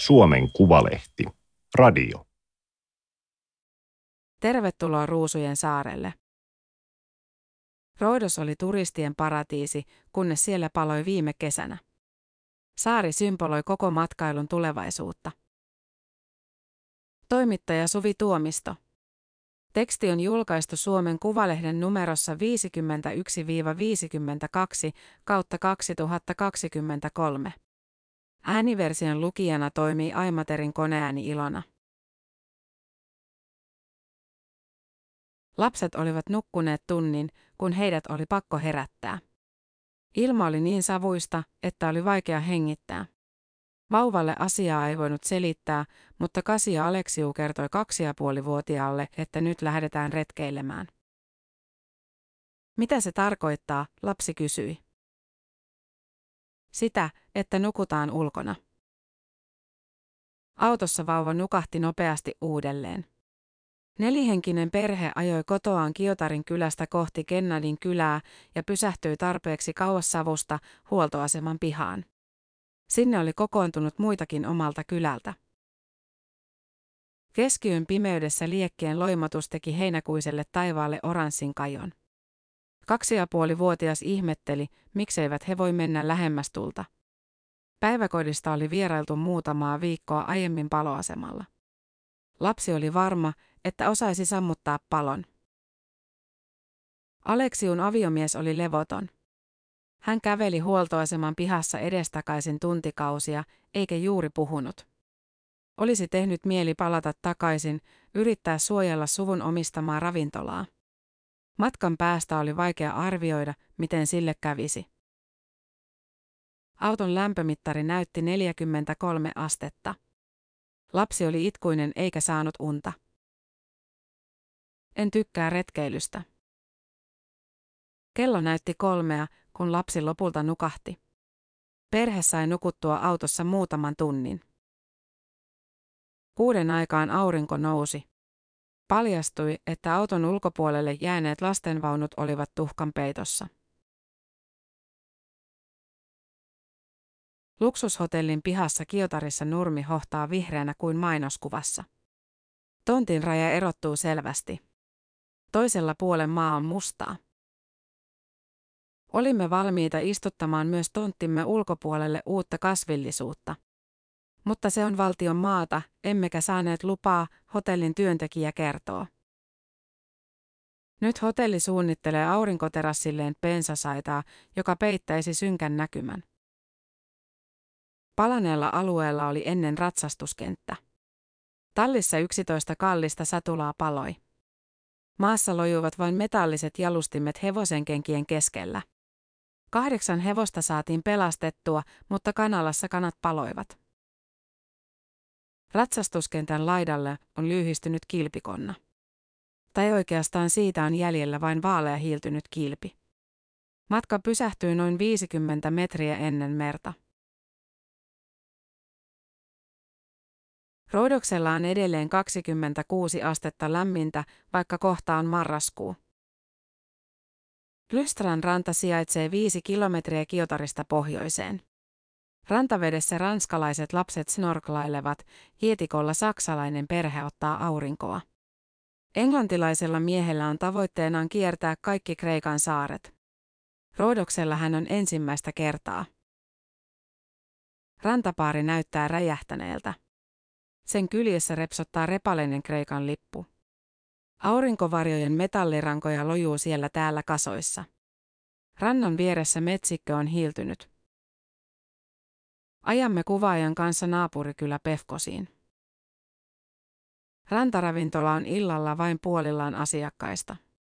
Suomen Kuvalehti. Radio. Tervetuloa Ruusujen saarelle. Rhodos oli turistien paratiisi, kunnes siellä paloi viime kesänä. Saari symboloi koko matkailun tulevaisuutta. Toimittaja Suvi Tuomisto. Teksti on julkaistu Suomen Kuvalehden numerossa 51-52 kautta 2023. Ääniversion lukijana toimii Aimaterin koneääni Ilona. Lapset olivat nukkuneet tunnin, kun heidät oli pakko herättää. Ilma oli niin savuista, että oli vaikea hengittää. Vauvalle asiaa ei voinut selittää, mutta Kasi ja Aleksiu kertoi 2,5-vuotiaalle, että nyt lähdetään retkeilemään. Mitä se tarkoittaa, lapsi kysyi. Sitä, että nukutaan ulkona. Autossa vauva nukahti nopeasti uudelleen. 4-henkinen perhe ajoi kotoaan Kiotarin kylästä kohti Kennadin kylää ja pysähtyi tarpeeksi kauas savusta huoltoaseman pihaan. Sinne oli kokoontunut muitakin omalta kylältä. Keskiyön pimeydessä liekkien loimotus teki heinäkuiselle taivaalle oranssin kajon. 2,5-vuotias ihmetteli, mikseivät he voi mennä lähemmäs tulta. Päiväkodista oli vierailtu muutamaa viikkoa aiemmin paloasemalla. Lapsi oli varma, että osaisi sammuttaa palon. Aleksiun aviomies oli levoton. Hän käveli huoltoaseman pihassa edestakaisin tuntikausia, eikä juuri puhunut. Olisi tehnyt mieli palata takaisin, yrittää suojella suvun omistamaa ravintolaa. Matkan päästä oli vaikea arvioida, miten sille kävisi. Auton lämpömittari näytti 43 astetta. Lapsi oli itkuinen eikä saanut unta. En tykkää retkeilystä. Kello näytti 3, kun lapsi lopulta nukahti. Perhe sai nukuttua autossa muutaman tunnin. 6 aikaan aurinko nousi. Paljastui, että auton ulkopuolelle jääneet lastenvaunut olivat tuhkan peitossa. Luksushotellin pihassa Kiotarissa nurmi hohtaa vihreänä kuin mainoskuvassa. Tontin raja erottuu selvästi. Toisella puolen maa on mustaa. Olimme valmiita istuttamaan myös tonttimme ulkopuolelle uutta kasvillisuutta. Mutta se on valtion maata, emmekä saaneet lupaa, hotellin työntekijä kertoo. Nyt hotelli suunnittelee aurinkoterassilleen pensasaitaa, joka peittäisi synkän näkymän. Palaneella alueella oli ennen ratsastuskenttä. Tallissa 11 kallista satulaa paloi. Maassa lojuivat vain metalliset jalustimet hevosenkenkien keskellä. 8 hevosta saatiin pelastettua, mutta kanalassa kanat paloivat. Ratsastuskentän laidalle on lyyhistynyt kilpikonna. Tai oikeastaan siitä on jäljellä vain vaalea hiiltynyt kilpi. Matka pysähtyi noin 50 metriä ennen merta. Rhodoksella on edelleen 26 astetta lämmintä, vaikka kohta on marraskuu. Lystran ranta sijaitsee 5 kilometriä Kiotarista pohjoiseen. Rantavedessä ranskalaiset lapset snorklailevat, hietikolla saksalainen perhe ottaa aurinkoa. Englantilaisella miehellä on tavoitteenaan kiertää kaikki Kreikan saaret. Rhodoksella hän on ensimmäistä kertaa. Rantapaari näyttää räjähtäneeltä. Sen kyljessä repsottaa repaleinen Kreikan lippu. Aurinkovarjojen metallirankoja lojuu siellä täällä kasoissa. Rannan vieressä metsikkö on hiiltynyt. Ajamme kuvaajan kanssa naapurikylä Pefkosiin. Rantaravintola on illalla vain puolillaan asiakkaista.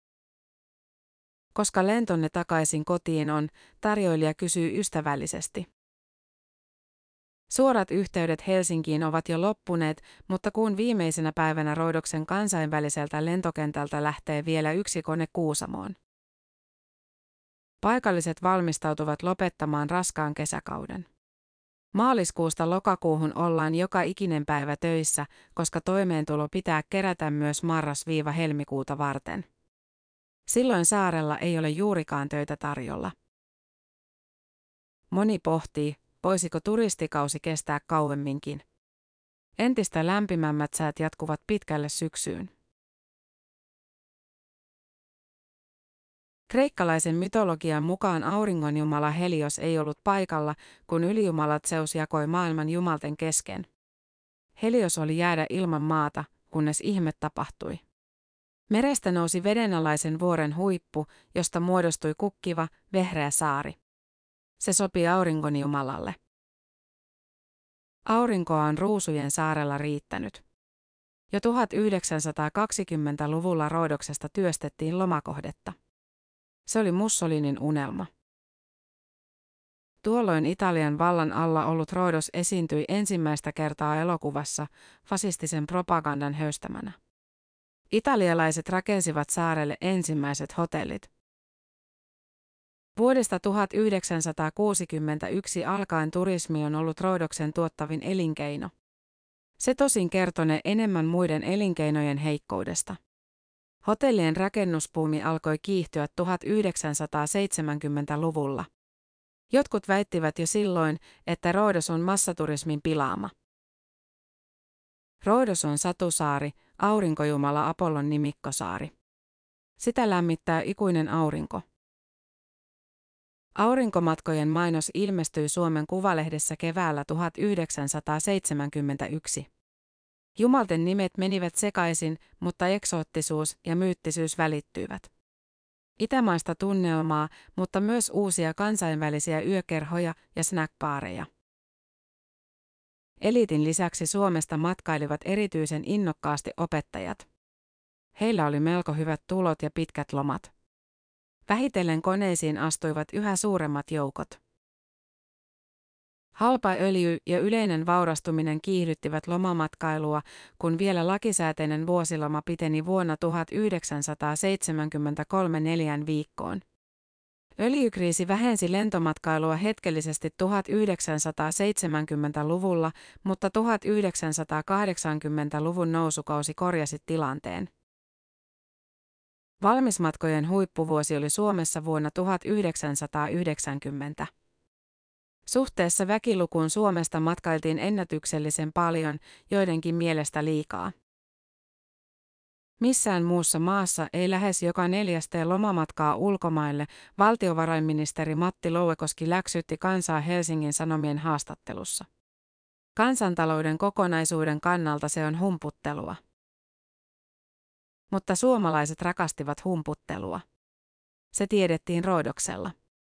Koska lentonne takaisin kotiin on, tarjoilija kysyy ystävällisesti. Suorat yhteydet Helsinkiin ovat jo loppuneet, mutta kuun viimeisenä päivänä Rhodoksen kansainväliseltä lentokentältä lähtee vielä yksi kone Kuusamoon. Paikalliset valmistautuvat lopettamaan raskaan kesäkauden. Maaliskuusta lokakuuhun ollaan joka ikinen päivä töissä, koska toimeentulo pitää kerätä myös marras-helmikuuta varten. Silloin saarella ei ole juurikaan töitä tarjolla. Moni pohtii, voisiko turistikausi kestää kauemminkin. Entistä lämpimämmät säät jatkuvat pitkälle syksyyn. Kreikkalaisen mytologian mukaan auringonjumala Helios ei ollut paikalla, kun ylijumalat Zeus jakoi maailman jumalten kesken. Helios oli jäädä ilman maata, kunnes ihme tapahtui. Merestä nousi vedenalaisen vuoren huippu, josta muodostui kukkiva, vehreä saari. Se sopi auringonjumalalle. Aurinkoa on Ruusujen saarella riittänyt. Jo 1920-luvulla Roodoksesta työstettiin lomakohdetta. Se oli Mussolinin unelma. Tuolloin Italian vallan alla ollut Roodos esiintyi ensimmäistä kertaa elokuvassa fasistisen propagandan höystämänä. Italialaiset rakensivat saarelle ensimmäiset hotellit. Vuodesta 1961 alkaen turismi on ollut Roodoksen tuottavin elinkeino. Se tosin kertonee enemmän muiden elinkeinojen heikkoudesta. Hotellien rakennusbuumi alkoi kiihtyä 1970-luvulla. Jotkut väittivät jo silloin, että Roodos on massaturismin pilaama. Roodos on satusaari, aurinkojumala Apollon nimikkosaari. Sitä lämmittää ikuinen aurinko. Aurinkomatkojen mainos ilmestyi Suomen Kuvalehdessä keväällä 1971. Jumalten nimet menivät sekaisin, mutta eksoottisuus ja myyttisyys välittyivät. Itämaista tunnelmaa, mutta myös uusia kansainvälisiä yökerhoja ja snackbaareja. Eliitin lisäksi Suomesta matkailivat erityisen innokkaasti opettajat. Heillä oli melko hyvät tulot ja pitkät lomat. Vähitellen koneisiin astuivat yhä suuremmat joukot. Halpa öljy ja yleinen vaurastuminen kiihdyttivät lomamatkailua, kun vielä lakisääteinen vuosiloma piteni vuonna 1973 4 viikkoon. Öljykriisi vähensi lentomatkailua hetkellisesti 1970-luvulla, mutta 1980-luvun nousukausi korjasi tilanteen. Valmismatkojen huippuvuosi oli Suomessa vuonna 1990. Suhteessa väkilukuun Suomesta matkailtiin ennätyksellisen paljon, joidenkin mielestä liikaa. Missään muussa maassa ei lähes joka 4. tee lomamatkaa ulkomaille, valtiovarainministeri Matti Louekoski läksytti kansaa Helsingin Sanomien haastattelussa. Kansantalouden kokonaisuuden kannalta se on humputtelua. Mutta suomalaiset rakastivat humputtelua. Se tiedettiin Roodoksella.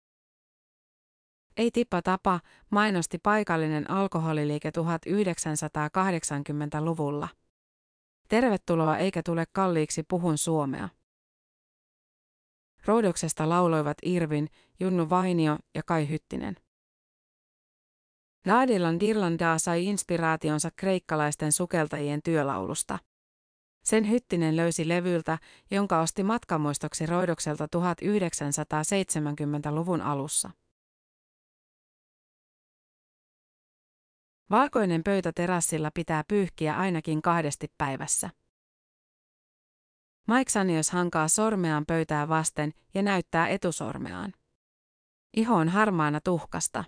Ei tippa tapa, mainosti paikallinen alkoholiliike 1980-luvulla. Tervetuloa eikä tule kalliiksi puhun suomea. Roodoksesta lauloivat Irvin, Junnu Vainio ja Kai Hyttinen. Laadilan Dirlandaa sai inspiraationsa kreikkalaisten sukeltajien työlaulusta. Sen Hyttinen löysi levyltä, jonka osti matkamuistoksi Roodokselta 1970-luvun alussa. Valkoinen pöytä terassilla pitää pyyhkiä ainakin 2 päivässä. Mike Sanios hankaa sormeaan pöytää vasten ja näyttää etusormeaan. Iho on harmaana tuhkasta.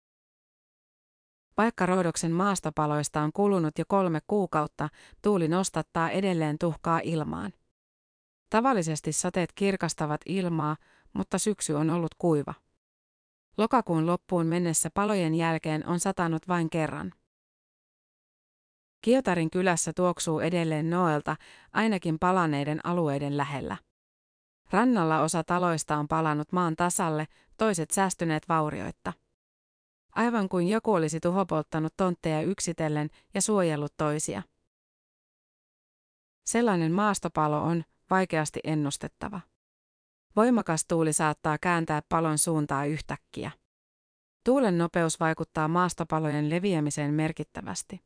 Vaikka Roodoksen maastopaloista on kulunut jo 3 kuukautta, tuuli nostattaa edelleen tuhkaa ilmaan. Tavallisesti sateet kirkastavat ilmaa, mutta syksy on ollut kuiva. Lokakuun loppuun mennessä palojen jälkeen on satanut vain kerran. Kiotarin kylässä tuoksuu edelleen Noelta, ainakin palaneiden alueiden lähellä. Rannalla osa taloista on palannut maan tasalle, toiset säästyneet vaurioitta. Aivan kuin joku olisi tuhopolttanut tontteja yksitellen ja suojellut toisia. Sellainen maastopalo on vaikeasti ennustettava. Voimakas tuuli saattaa kääntää palon suuntaa yhtäkkiä. Tuulen nopeus vaikuttaa maastopalojen leviämiseen merkittävästi.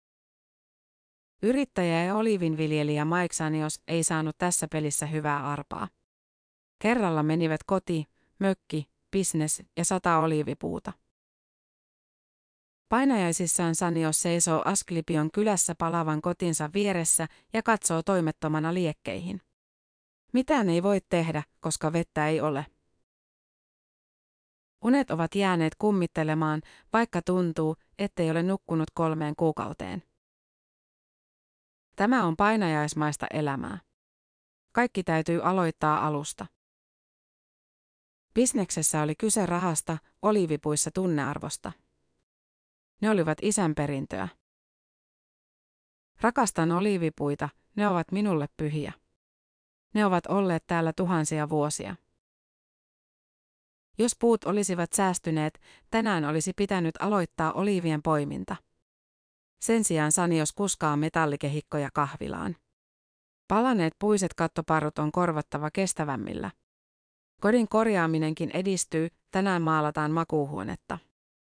Yrittäjä ja oliivinviljelijä Mike Sanios ei saanut tässä pelissä hyvää arpaa. Kerralla menivät koti, mökki, bisnes ja 100 oliivipuuta. Painajaisissaan Sanios seisoo Asklepion kylässä palavan kotinsa vieressä ja katsoo toimettomana liekkeihin. Mitään ei voi tehdä, koska vettä ei ole. Unet ovat jääneet kummittelemaan, vaikka tuntuu, ettei ole nukkunut 3 kuukauteen. Tämä on painajaismaista elämää. Kaikki täytyy aloittaa alusta. Bisneksessä oli kyse rahasta, oliivipuissa tunnearvosta. Ne olivat isän perintöä. Rakastan oliivipuita, ne ovat minulle pyhiä. Ne ovat olleet täällä tuhansia vuosia. Jos puut olisivat säästyneet, tänään olisi pitänyt aloittaa oliivien poiminta. Sen sijaan Sanios kuskaa metallikehikkoja kahvilaan. Palaneet puiset kattoparrut on korvattava kestävämmillä. Kodin korjaaminenkin edistyy, tänään maalataan makuuhuonetta.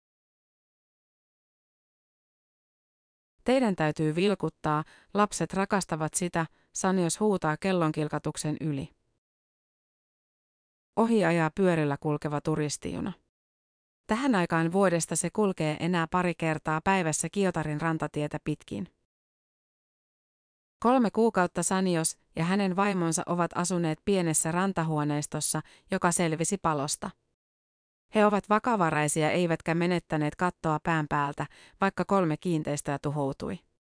Teidän täytyy vilkuttaa, lapset rakastavat sitä, Sanios huutaa kellonkilkatuksen yli. Ohi ajaa pyörillä kulkeva turistijuna. Tähän aikaan vuodesta se kulkee enää pari kertaa päivässä Kiotarin rantatietä pitkin. 3 kuukautta Sanios ja hänen vaimonsa ovat asuneet pienessä rantahuoneistossa, joka selvisi palosta. He ovat vakavaraisia eivätkä menettäneet kattoa pään päältä, vaikka 3 kiinteistöä tuhoutui.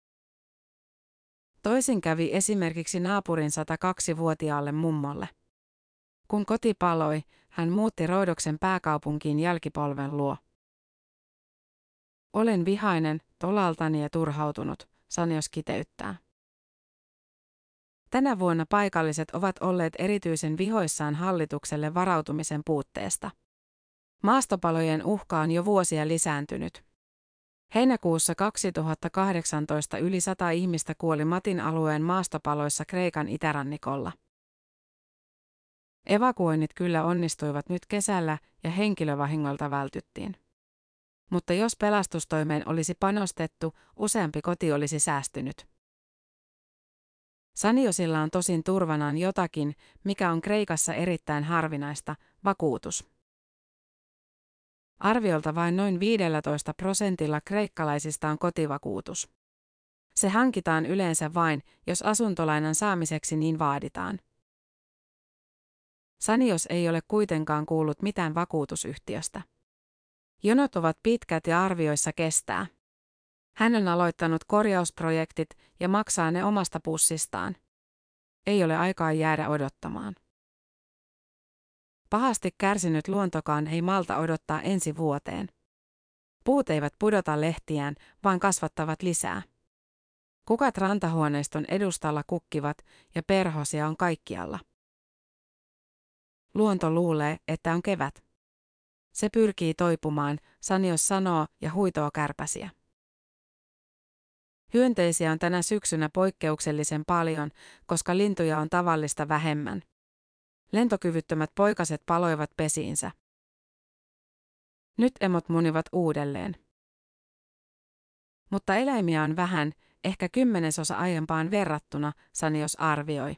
Toisin kävi esimerkiksi naapurin 102-vuotiaalle mummolle. Kun koti paloi, hän muutti Roodoksen pääkaupunkiin jälkipolven luo. Olen vihainen, tolaltani ja turhautunut, Sanios kiteyttää. Tänä vuonna paikalliset ovat olleet erityisen vihoissaan hallitukselle varautumisen puutteesta. Maastopalojen uhka on jo vuosia lisääntynyt. Heinäkuussa 2018 yli 100 ihmistä kuoli Matin alueen maastopaloissa Kreikan itärannikolla. Evakuoinnit kyllä onnistuivat nyt kesällä ja henkilövahingoilta vältyttiin. Mutta jos pelastustoimeen olisi panostettu, useampi koti olisi säästynyt. Saniosilla on tosin turvanaan jotakin, mikä on Kreikassa erittäin harvinaista, vakuutus. Arviolta vain noin 15% kreikkalaisista on kotivakuutus. Se hankitaan yleensä vain, jos asuntolainan saamiseksi niin vaaditaan. Sanios ei ole kuitenkaan kuullut mitään vakuutusyhtiöstä. Jonot ovat pitkät ja arvioissa kestää. Hän on aloittanut korjausprojektit ja maksaa ne omasta pussistaan. Ei ole aikaa jäädä odottamaan. Pahasti kärsinyt luontokaan ei malta odottaa ensi vuoteen. Puut eivät pudota lehtiään, vaan kasvattavat lisää. Kukat rantahuoneiston edustalla kukkivat ja perhosia on kaikkialla. Luonto luulee, että on kevät. Se pyrkii toipumaan, Sanios sanoo ja huitoo kärpäsiä. Hyönteisiä on tänä syksynä poikkeuksellisen paljon, koska lintuja on tavallista vähemmän. Lentokyvyttömät poikaset paloivat pesiinsä. Nyt emot munivat uudelleen. Mutta eläimiä on vähän, ehkä 10% aiempaan verrattuna, Sanios arvioi.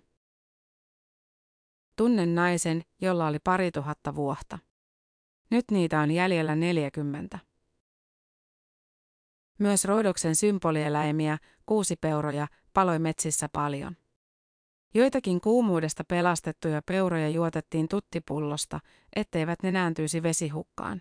Tunnen naisen, jolla oli 2000 vuotta. Nyt niitä on jäljellä 40. Myös Roodoksen symbolieläimiä, kuusipeuroja, paloi metsissä paljon. Joitakin kuumuudesta pelastettuja peuroja juotettiin tuttipullosta, etteivät ne nääntyisi vesihukkaan.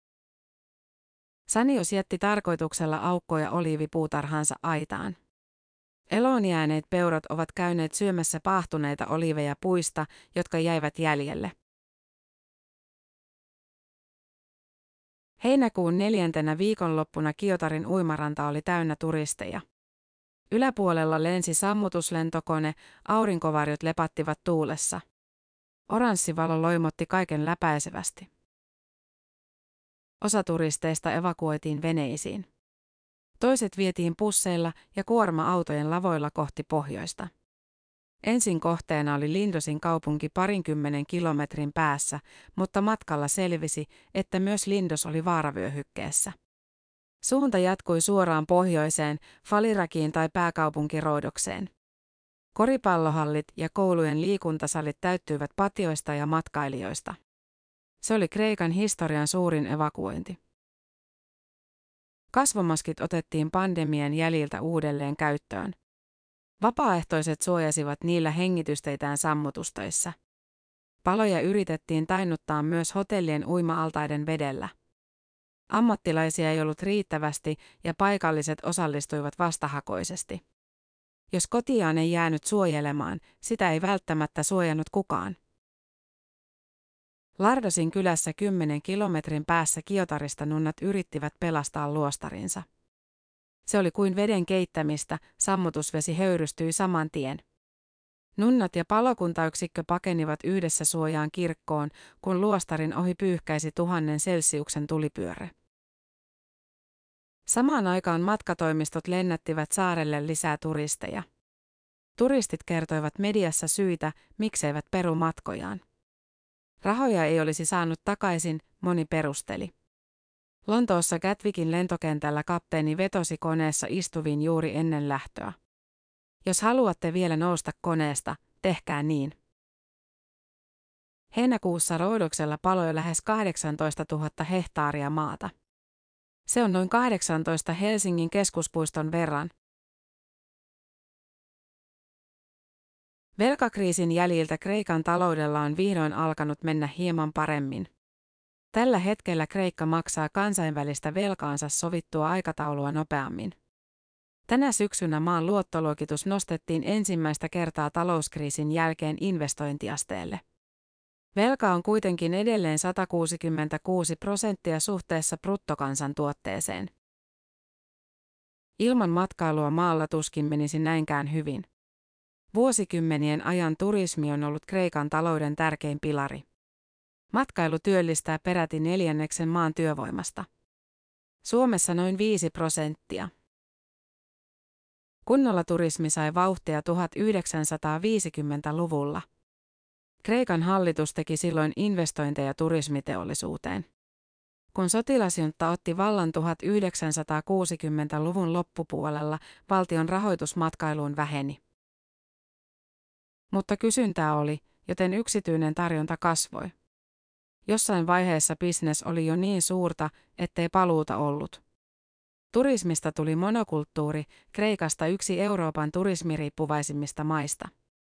Sanios jätti tarkoituksella aukkoja oliivipuutarhansa aitaan. Eloon jääneet peurot ovat käyneet syömässä paahtuneita oliiveja puista, jotka jäivät jäljelle. Heinäkuun 4. viikonloppuna Kiotarin uimaranta oli täynnä turisteja. Yläpuolella lensi sammutuslentokone, aurinkovarjot lepattivat tuulessa. Oranssi valo loimotti kaiken läpäisevästi. Osa turisteista evakuoitiin veneisiin. Toiset vietiin busseilla ja kuorma-autojen lavoilla kohti pohjoista. Ensin kohteena oli Lindosin kaupunki 20 kilometrin päässä, mutta matkalla selvisi, että myös Lindos oli vaaravyöhykkeessä. Suunta jatkui suoraan pohjoiseen, Falirakiin tai pääkaupunki Roodokseen. Koripallohallit ja koulujen liikuntasalit täyttyivät patioista ja matkailijoista. Se oli Kreikan historian suurin evakuointi. Kasvomaskit otettiin pandemian jäljiltä uudelleen käyttöön. Vapaaehtoiset suojasivat niillä hengitysteitään sammutustöissä. Paloja yritettiin tainnuttaa myös hotellien uima-altaiden vedellä. Ammattilaisia ei ollut riittävästi ja paikalliset osallistuivat vastahakoisesti. Jos kotiaan ei jäänyt suojelemaan, sitä ei välttämättä suojannut kukaan. Lardosin kylässä 10 kilometrin päässä Kiotarista nunnat yrittivät pelastaa luostarinsa. Se oli kuin veden keittämistä, sammutusvesi höyrystyi saman tien. Nunnat ja palokuntayksikkö pakenivat yhdessä suojaan kirkkoon, kun luostarin ohi pyyhkäisi 1000 celsiuksen tulipyörre. Samaan aikaan matkatoimistot lennättivät saarelle lisää turisteja. Turistit kertoivat mediassa syitä, mikseivät peru matkojaan. Rahoja ei olisi saanut takaisin, moni perusteli. Lontoossa Gatwickin lentokentällä kapteeni vetosi koneessa istuviin juuri ennen lähtöä. Jos haluatte vielä nousta koneesta, tehkää niin. Heinäkuussa Rhodoksella paloi lähes 18 000 hehtaaria maata. Se on noin 18 Helsingin keskuspuiston verran. Velkakriisin jäljiltä Kreikan taloudella on vihdoin alkanut mennä hieman paremmin. Tällä hetkellä Kreikka maksaa kansainvälistä velkaansa sovittua aikataulua nopeammin. Tänä syksynä maan luottoluokitus nostettiin ensimmäistä kertaa talouskriisin jälkeen investointiasteelle. Velka on kuitenkin edelleen 166% suhteessa bruttokansantuotteeseen. Ilman matkailua maalla tuskin menisi näinkään hyvin. Vuosikymmenien ajan turismi on ollut Kreikan talouden tärkein pilari. Matkailu työllistää peräti 1/4 maan työvoimasta. Suomessa noin 5%. Kunnolla turismi sai vauhtia 1950-luvulla. Kreikan hallitus teki silloin investointeja turismiteollisuuteen. Kun sotilasjuntta otti vallan 1960-luvun loppupuolella, valtion rahoitus matkailuun väheni. Mutta kysyntää oli, joten yksityinen tarjonta kasvoi. Jossain vaiheessa bisnes oli jo niin suurta, ettei paluuta ollut. Turismista tuli monokulttuuri, Kreikasta yksi Euroopan turismiriippuvaisimmista maista.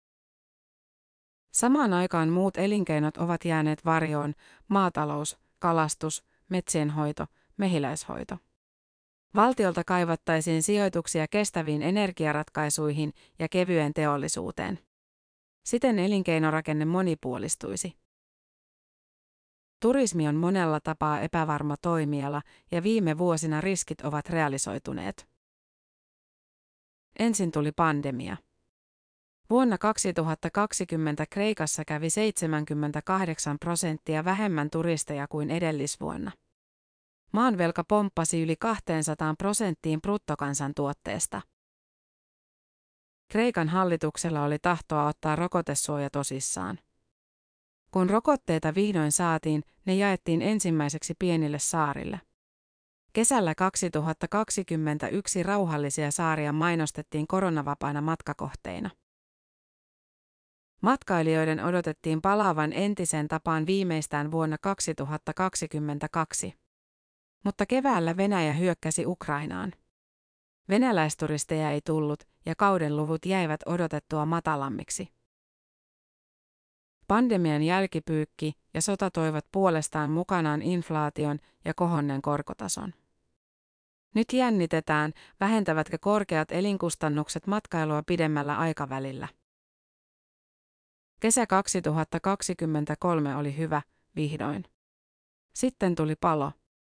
Samaan aikaan muut elinkeinot ovat jääneet varjoon: maatalous, kalastus, metsienhoito, mehiläishoito. Valtiolta kaivattaisiin sijoituksia kestäviin energiaratkaisuihin ja kevyeen teollisuuteen. Siten elinkeinorakenne monipuolistuisi. Turismi on monella tapaa epävarma toimiala ja viime vuosina riskit ovat realisoituneet. Ensin tuli pandemia. Vuonna 2020 Kreikassa kävi 78% vähemmän turisteja kuin edellisvuonna. Maanvelka pomppasi yli 200% bruttokansantuotteesta. Kreikan hallituksella oli tahtoa ottaa rokotesuoja tosissaan. Kun rokotteita vihdoin saatiin, ne jaettiin ensimmäiseksi pienille saarille. Kesällä 2021 rauhallisia saaria mainostettiin koronavapaina matkakohteina. Matkailijoiden odotettiin palaavan entiseen tapaan viimeistään vuonna 2022. Mutta keväällä Venäjä hyökkäsi Ukrainaan. Venäläisturisteja ei tullut ja kauden luvut jäivät odotettua matalammiksi. Pandemian jälkipyykki ja sota toivat puolestaan mukanaan inflaation ja kohonneen korkotason. Nyt jännitetään, vähentävätkö korkeat elinkustannukset matkailua pidemmällä aikavälillä. Kesä 2023 oli hyvä, vihdoin. Sitten tuli palo.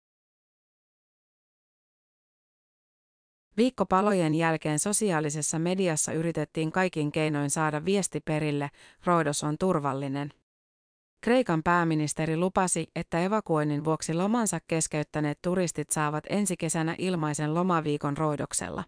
Viikkopalojen jälkeen sosiaalisessa mediassa yritettiin kaikin keinoin saada viesti perille: Rhodos on turvallinen. Kreikan pääministeri lupasi, että evakuoinnin vuoksi lomansa keskeyttäneet turistit saavat ensi kesänä ilmaisen lomaviikon Rhodoksella.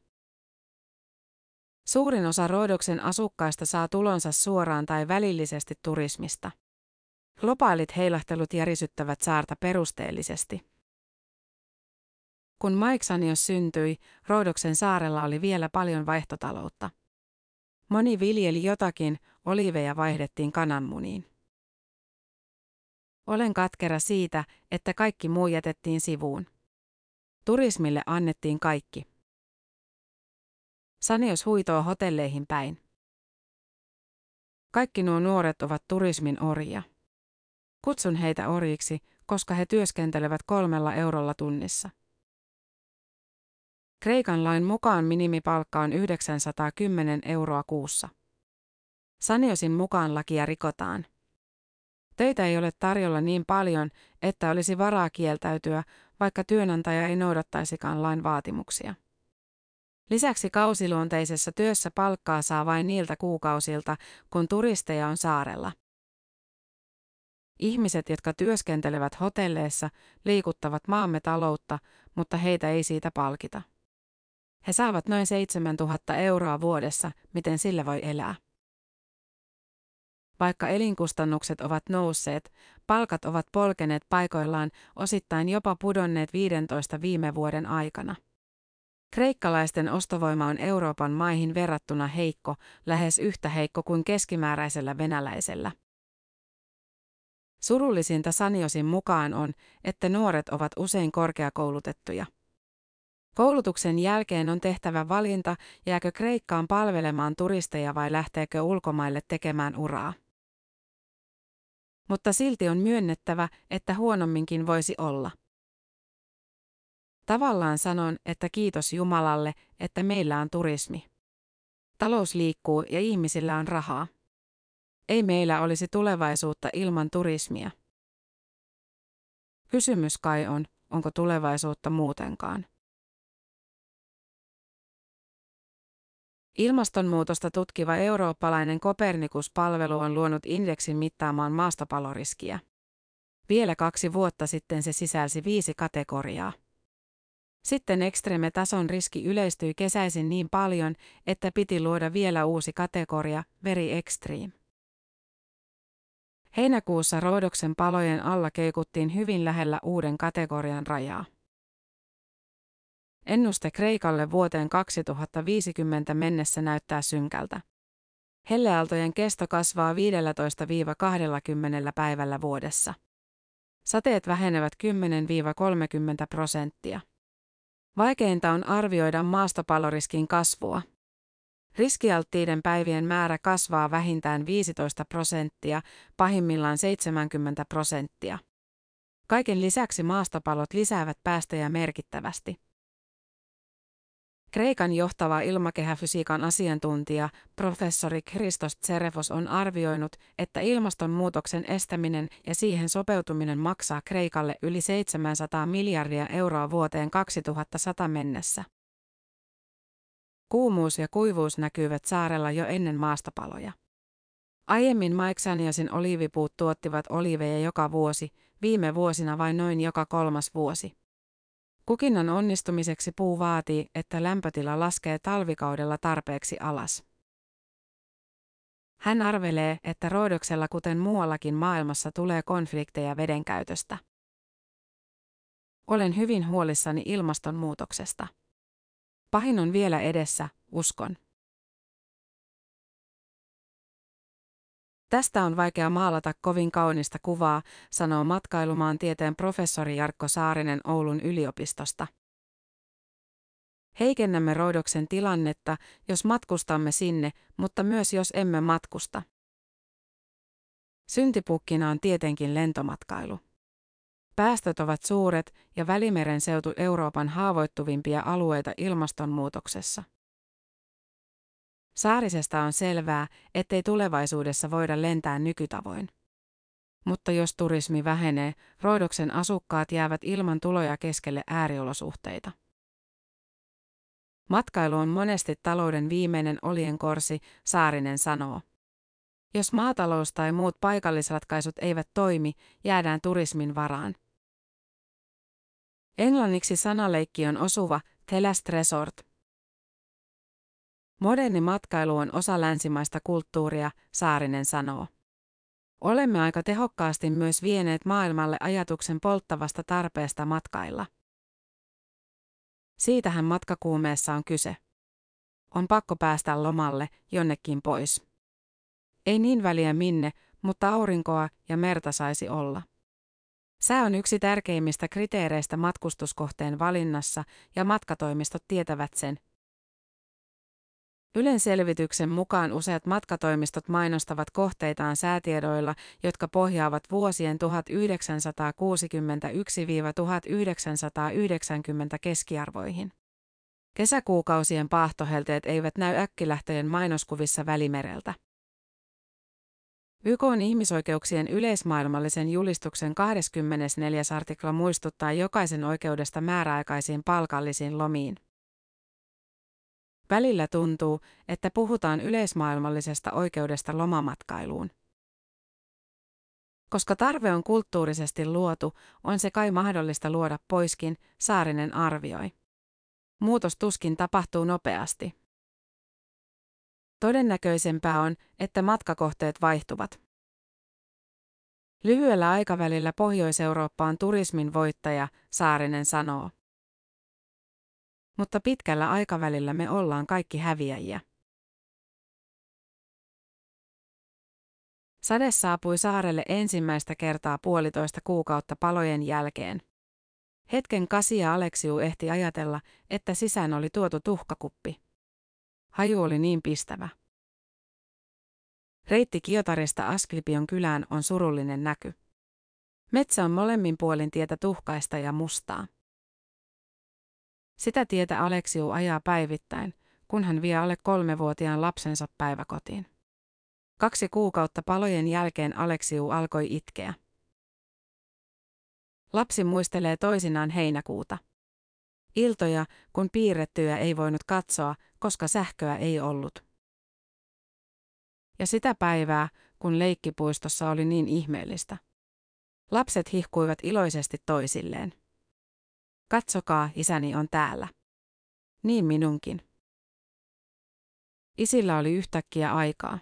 Suurin osa Rhodoksen asukkaista saa tulonsa suoraan tai välillisesti turismista. Globaalit heilahtelut järisyttävät saarta perusteellisesti. Kun Maixanios syntyi, Rhodoksen saarella oli vielä paljon vaihtotaloutta. Moni viljeli jotakin, oliiveja vaihdettiin kananmuniin. Olen katkera siitä, että kaikki muu jätettiin sivuun. Turismille annettiin kaikki. Sanios huitoo hotelleihin päin. Kaikki nuo nuoret ovat turismin orjia. Kutsun heitä orjiksi, koska he työskentelevät 3 eurolla tunnissa. Kreikan lain mukaan minimipalkka on 910 euroa kuussa. Saniosin mukaan lakia rikotaan. Töitä ei ole tarjolla niin paljon, että olisi varaa kieltäytyä, vaikka työnantaja ei noudattaisikaan lain vaatimuksia. Lisäksi kausiluonteisessa työssä palkkaa saa vain niiltä kuukausilta, kun turisteja on saarella. Ihmiset, jotka työskentelevät hotelleissa, liikuttavat maamme taloutta, mutta heitä ei siitä palkita. He saavat noin 7 000 euroa vuodessa, miten sillä voi elää. Vaikka elinkustannukset ovat nousseet, palkat ovat polkeneet paikoillaan, osittain jopa pudonneet 15 viime vuoden aikana. Kreikkalaisten ostovoima on Euroopan maihin verrattuna heikko, lähes yhtä heikko kuin keskimääräisellä venäläisellä. Surullisinta Saniosin mukaan on, että nuoret ovat usein korkeakoulutettuja. Koulutuksen jälkeen on tehtävä valinta, jääkö Kreikkaan palvelemaan turisteja vai lähteekö ulkomaille tekemään uraa. Mutta silti on myönnettävä, että huonomminkin voisi olla. Tavallaan sanon, että kiitos Jumalalle, että meillä on turismi. Talous liikkuu ja ihmisillä on rahaa. Ei meillä olisi tulevaisuutta ilman turismia. Kysymys kai on, onko tulevaisuutta muutenkaan. Ilmastonmuutosta tutkiva eurooppalainen Copernicus-palvelu on luonut indeksin mittaamaan maastopaloriskiä. Vielä 2 vuotta sitten se sisälsi 5 kategoriaa. Sitten extreme-tason riski yleistyi kesäisin niin paljon, että piti luoda vielä uusi kategoria, very extreme. Heinäkuussa Rhodoksen palojen alla keikuttiin hyvin lähellä uuden kategorian rajaa. Ennuste Kreikalle vuoteen 2050 mennessä näyttää synkältä. Helleaaltojen kesto kasvaa 15–20 päivällä vuodessa. Sateet vähenevät 10–30%. Vaikeinta on arvioida maastopaloriskin kasvua. Riskialttiiden päivien määrä kasvaa vähintään 15%, pahimmillaan 70%. Kaiken lisäksi maastopalot lisäävät päästöjä merkittävästi. Kreikan johtava ilmakehäfysiikan asiantuntija, professori Christos Tserefos on arvioinut, että ilmastonmuutoksen estäminen ja siihen sopeutuminen maksaa Kreikalle yli 700 miljardia euroa vuoteen 2100 mennessä. Kuumuus ja kuivuus näkyvät saarella jo ennen maastopaloja. Aiemmin Maiksaniosin oliivipuut tuottivat oliiveja joka vuosi, viime vuosina vain noin joka 3. vuosi. Kukinnan onnistumiseksi puu vaatii, että lämpötila laskee talvikaudella tarpeeksi alas. Hän arvelee, että Rhodoksella kuten muuallakin maailmassa tulee konflikteja vedenkäytöstä. Olen hyvin huolissani ilmastonmuutoksesta. Pahin on vielä edessä, uskon. Tästä on vaikea maalata kovin kaunista kuvaa, sanoo matkailumaantieteen professori Jarkko Saarinen Oulun yliopistosta. Heikennämme Rhodoksen tilannetta, jos matkustamme sinne, mutta myös jos emme matkusta. Syntipukkina on tietenkin lentomatkailu. Päästöt ovat suuret ja Välimeren seutu Euroopan haavoittuvimpia alueita ilmastonmuutoksessa. Saarisesta on selvää, ettei tulevaisuudessa voida lentää nykytavoin. Mutta jos turismi vähenee, Rhodoksen asukkaat jäävät ilman tuloja keskelle ääriolosuhteita. Matkailu on monesti talouden viimeinen oljenkorsi, Saarinen sanoo. Jos maatalous tai muut paikallisratkaisut eivät toimi, jäädään turismin varaan. Englanniksi sanaleikki on osuva, the last resort. Moderni matkailu on osa länsimaista kulttuuria, Saarinen sanoo. Olemme aika tehokkaasti myös vieneet maailmalle ajatuksen polttavasta tarpeesta matkailla. Siitähän matkakuumeessa on kyse. On pakko päästä lomalle, jonnekin pois. Ei niin väliä minne, mutta aurinkoa ja merta saisi olla. Sää on yksi tärkeimmistä kriteereistä matkustuskohteen valinnassa ja matkatoimistot tietävät sen. Ylen selvityksen mukaan useat matkatoimistot mainostavat kohteitaan säätiedoilla, jotka pohjaavat vuosien 1961–1990 keskiarvoihin. Kesäkuukausien paahtohelteet eivät näy äkkilähtöjen mainoskuvissa Välimereltä. YK:n ihmisoikeuksien yleismaailmallisen julistuksen 24. artikla muistuttaa jokaisen oikeudesta määräaikaisiin palkallisiin lomiin. Välillä tuntuu, että puhutaan yleismaailmallisesta oikeudesta lomamatkailuun. Koska tarve on kulttuurisesti luotu, on se kai mahdollista luoda poiskin, Saarinen arvioi. Muutos tuskin tapahtuu nopeasti. Todennäköisempää on, että matkakohteet vaihtuvat. Lyhyellä aikavälillä Pohjois-Eurooppa on turismin voittaja, Saarinen sanoo. Mutta pitkällä aikavälillä me ollaan kaikki häviäjiä. Sade saapui saarelle ensimmäistä kertaa 1,5 kuukautta palojen jälkeen. Hetken Kasi ja Aleksiu ehti ajatella, että sisään oli tuotu tuhkakuppi. Haju oli niin pistävä. Reitti Kiotarista Asklepion kylään on surullinen näky. Metsä on molemmin puolin tietä tuhkaista ja mustaa. Sitä tietä Aleksiu ajaa päivittäin, kun hän vie alle 3-vuotiaan lapsensa päiväkotiin. 2 kuukautta palojen jälkeen Aleksiu alkoi itkeä. Lapsi muistelee toisinaan heinäkuuta. Iltoja, kun piirrettyjä ei voinut katsoa, koska sähköä ei ollut. Ja sitä päivää, kun leikkipuistossa oli niin ihmeellistä. Lapset hihkuivat iloisesti toisilleen. Katsokaa, isäni on täällä. Niin minunkin. Isillä oli yhtäkkiä aikaa.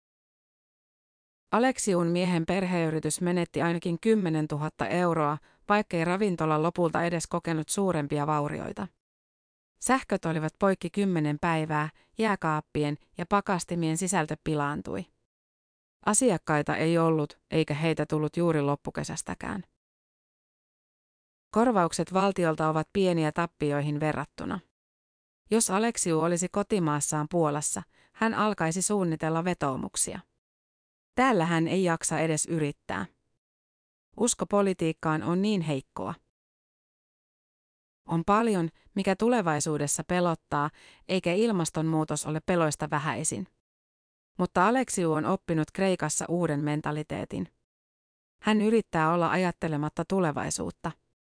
Aleksiun miehen perheyritys menetti ainakin 10 000 euroa, vaikkei ravintola lopulta edes kokenut suurempia vaurioita. Sähköt olivat poikki 10 päivää, jääkaappien ja pakastimien sisältö pilaantui. Asiakkaita ei ollut, eikä heitä tullut juuri loppukesästäkään. Korvaukset valtiolta ovat pieniä tappioihin verrattuna. Jos Aleksiu olisi kotimaassaan Puolassa, hän alkaisi suunnitella vetoomuksia. Täällä hän ei jaksa edes yrittää. Usko politiikkaan on niin heikkoa. On paljon, mikä tulevaisuudessa pelottaa, eikä ilmastonmuutos ole peloista vähäisin. Mutta Aleksiu on oppinut Kreikassa uuden mentaliteetin. Hän yrittää olla ajattelematta tulevaisuutta.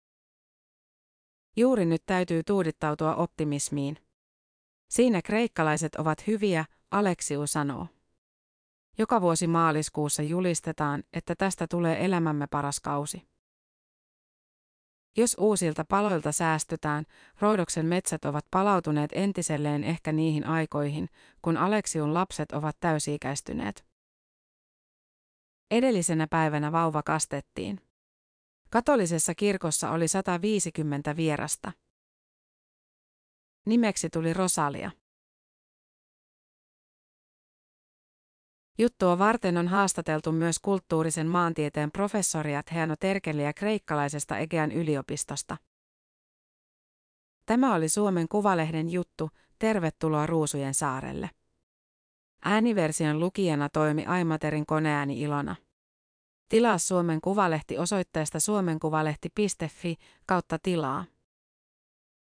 Juuri nyt täytyy tuudittautua optimismiin. Siinä kreikkalaiset ovat hyviä, Aleksiu sanoo. Joka vuosi maaliskuussa julistetaan, että tästä tulee elämämme paras kausi. Jos uusilta paloilta säästytään, Roodoksen metsät ovat palautuneet entiselleen ehkä niihin aikoihin, kun Aleksiun lapset ovat täysi-ikäistyneet. Edellisenä päivänä vauva kastettiin. Katolisessa kirkossa oli 150 vierasta. Nimeksi tuli Rosalia. Juttua varten on haastateltu myös kulttuurisen maantieteen professoria Theano Terkeliä kreikkalaisesta Egean yliopistosta. Tämä oli Suomen Kuvalehden juttu, tervetuloa Ruusujen saarelle. Ääniversion lukijana toimi Aimaterin koneääni Ilona. Tilaa Suomen Kuvalehti osoitteesta suomenkuvalehti.fi/tilaa.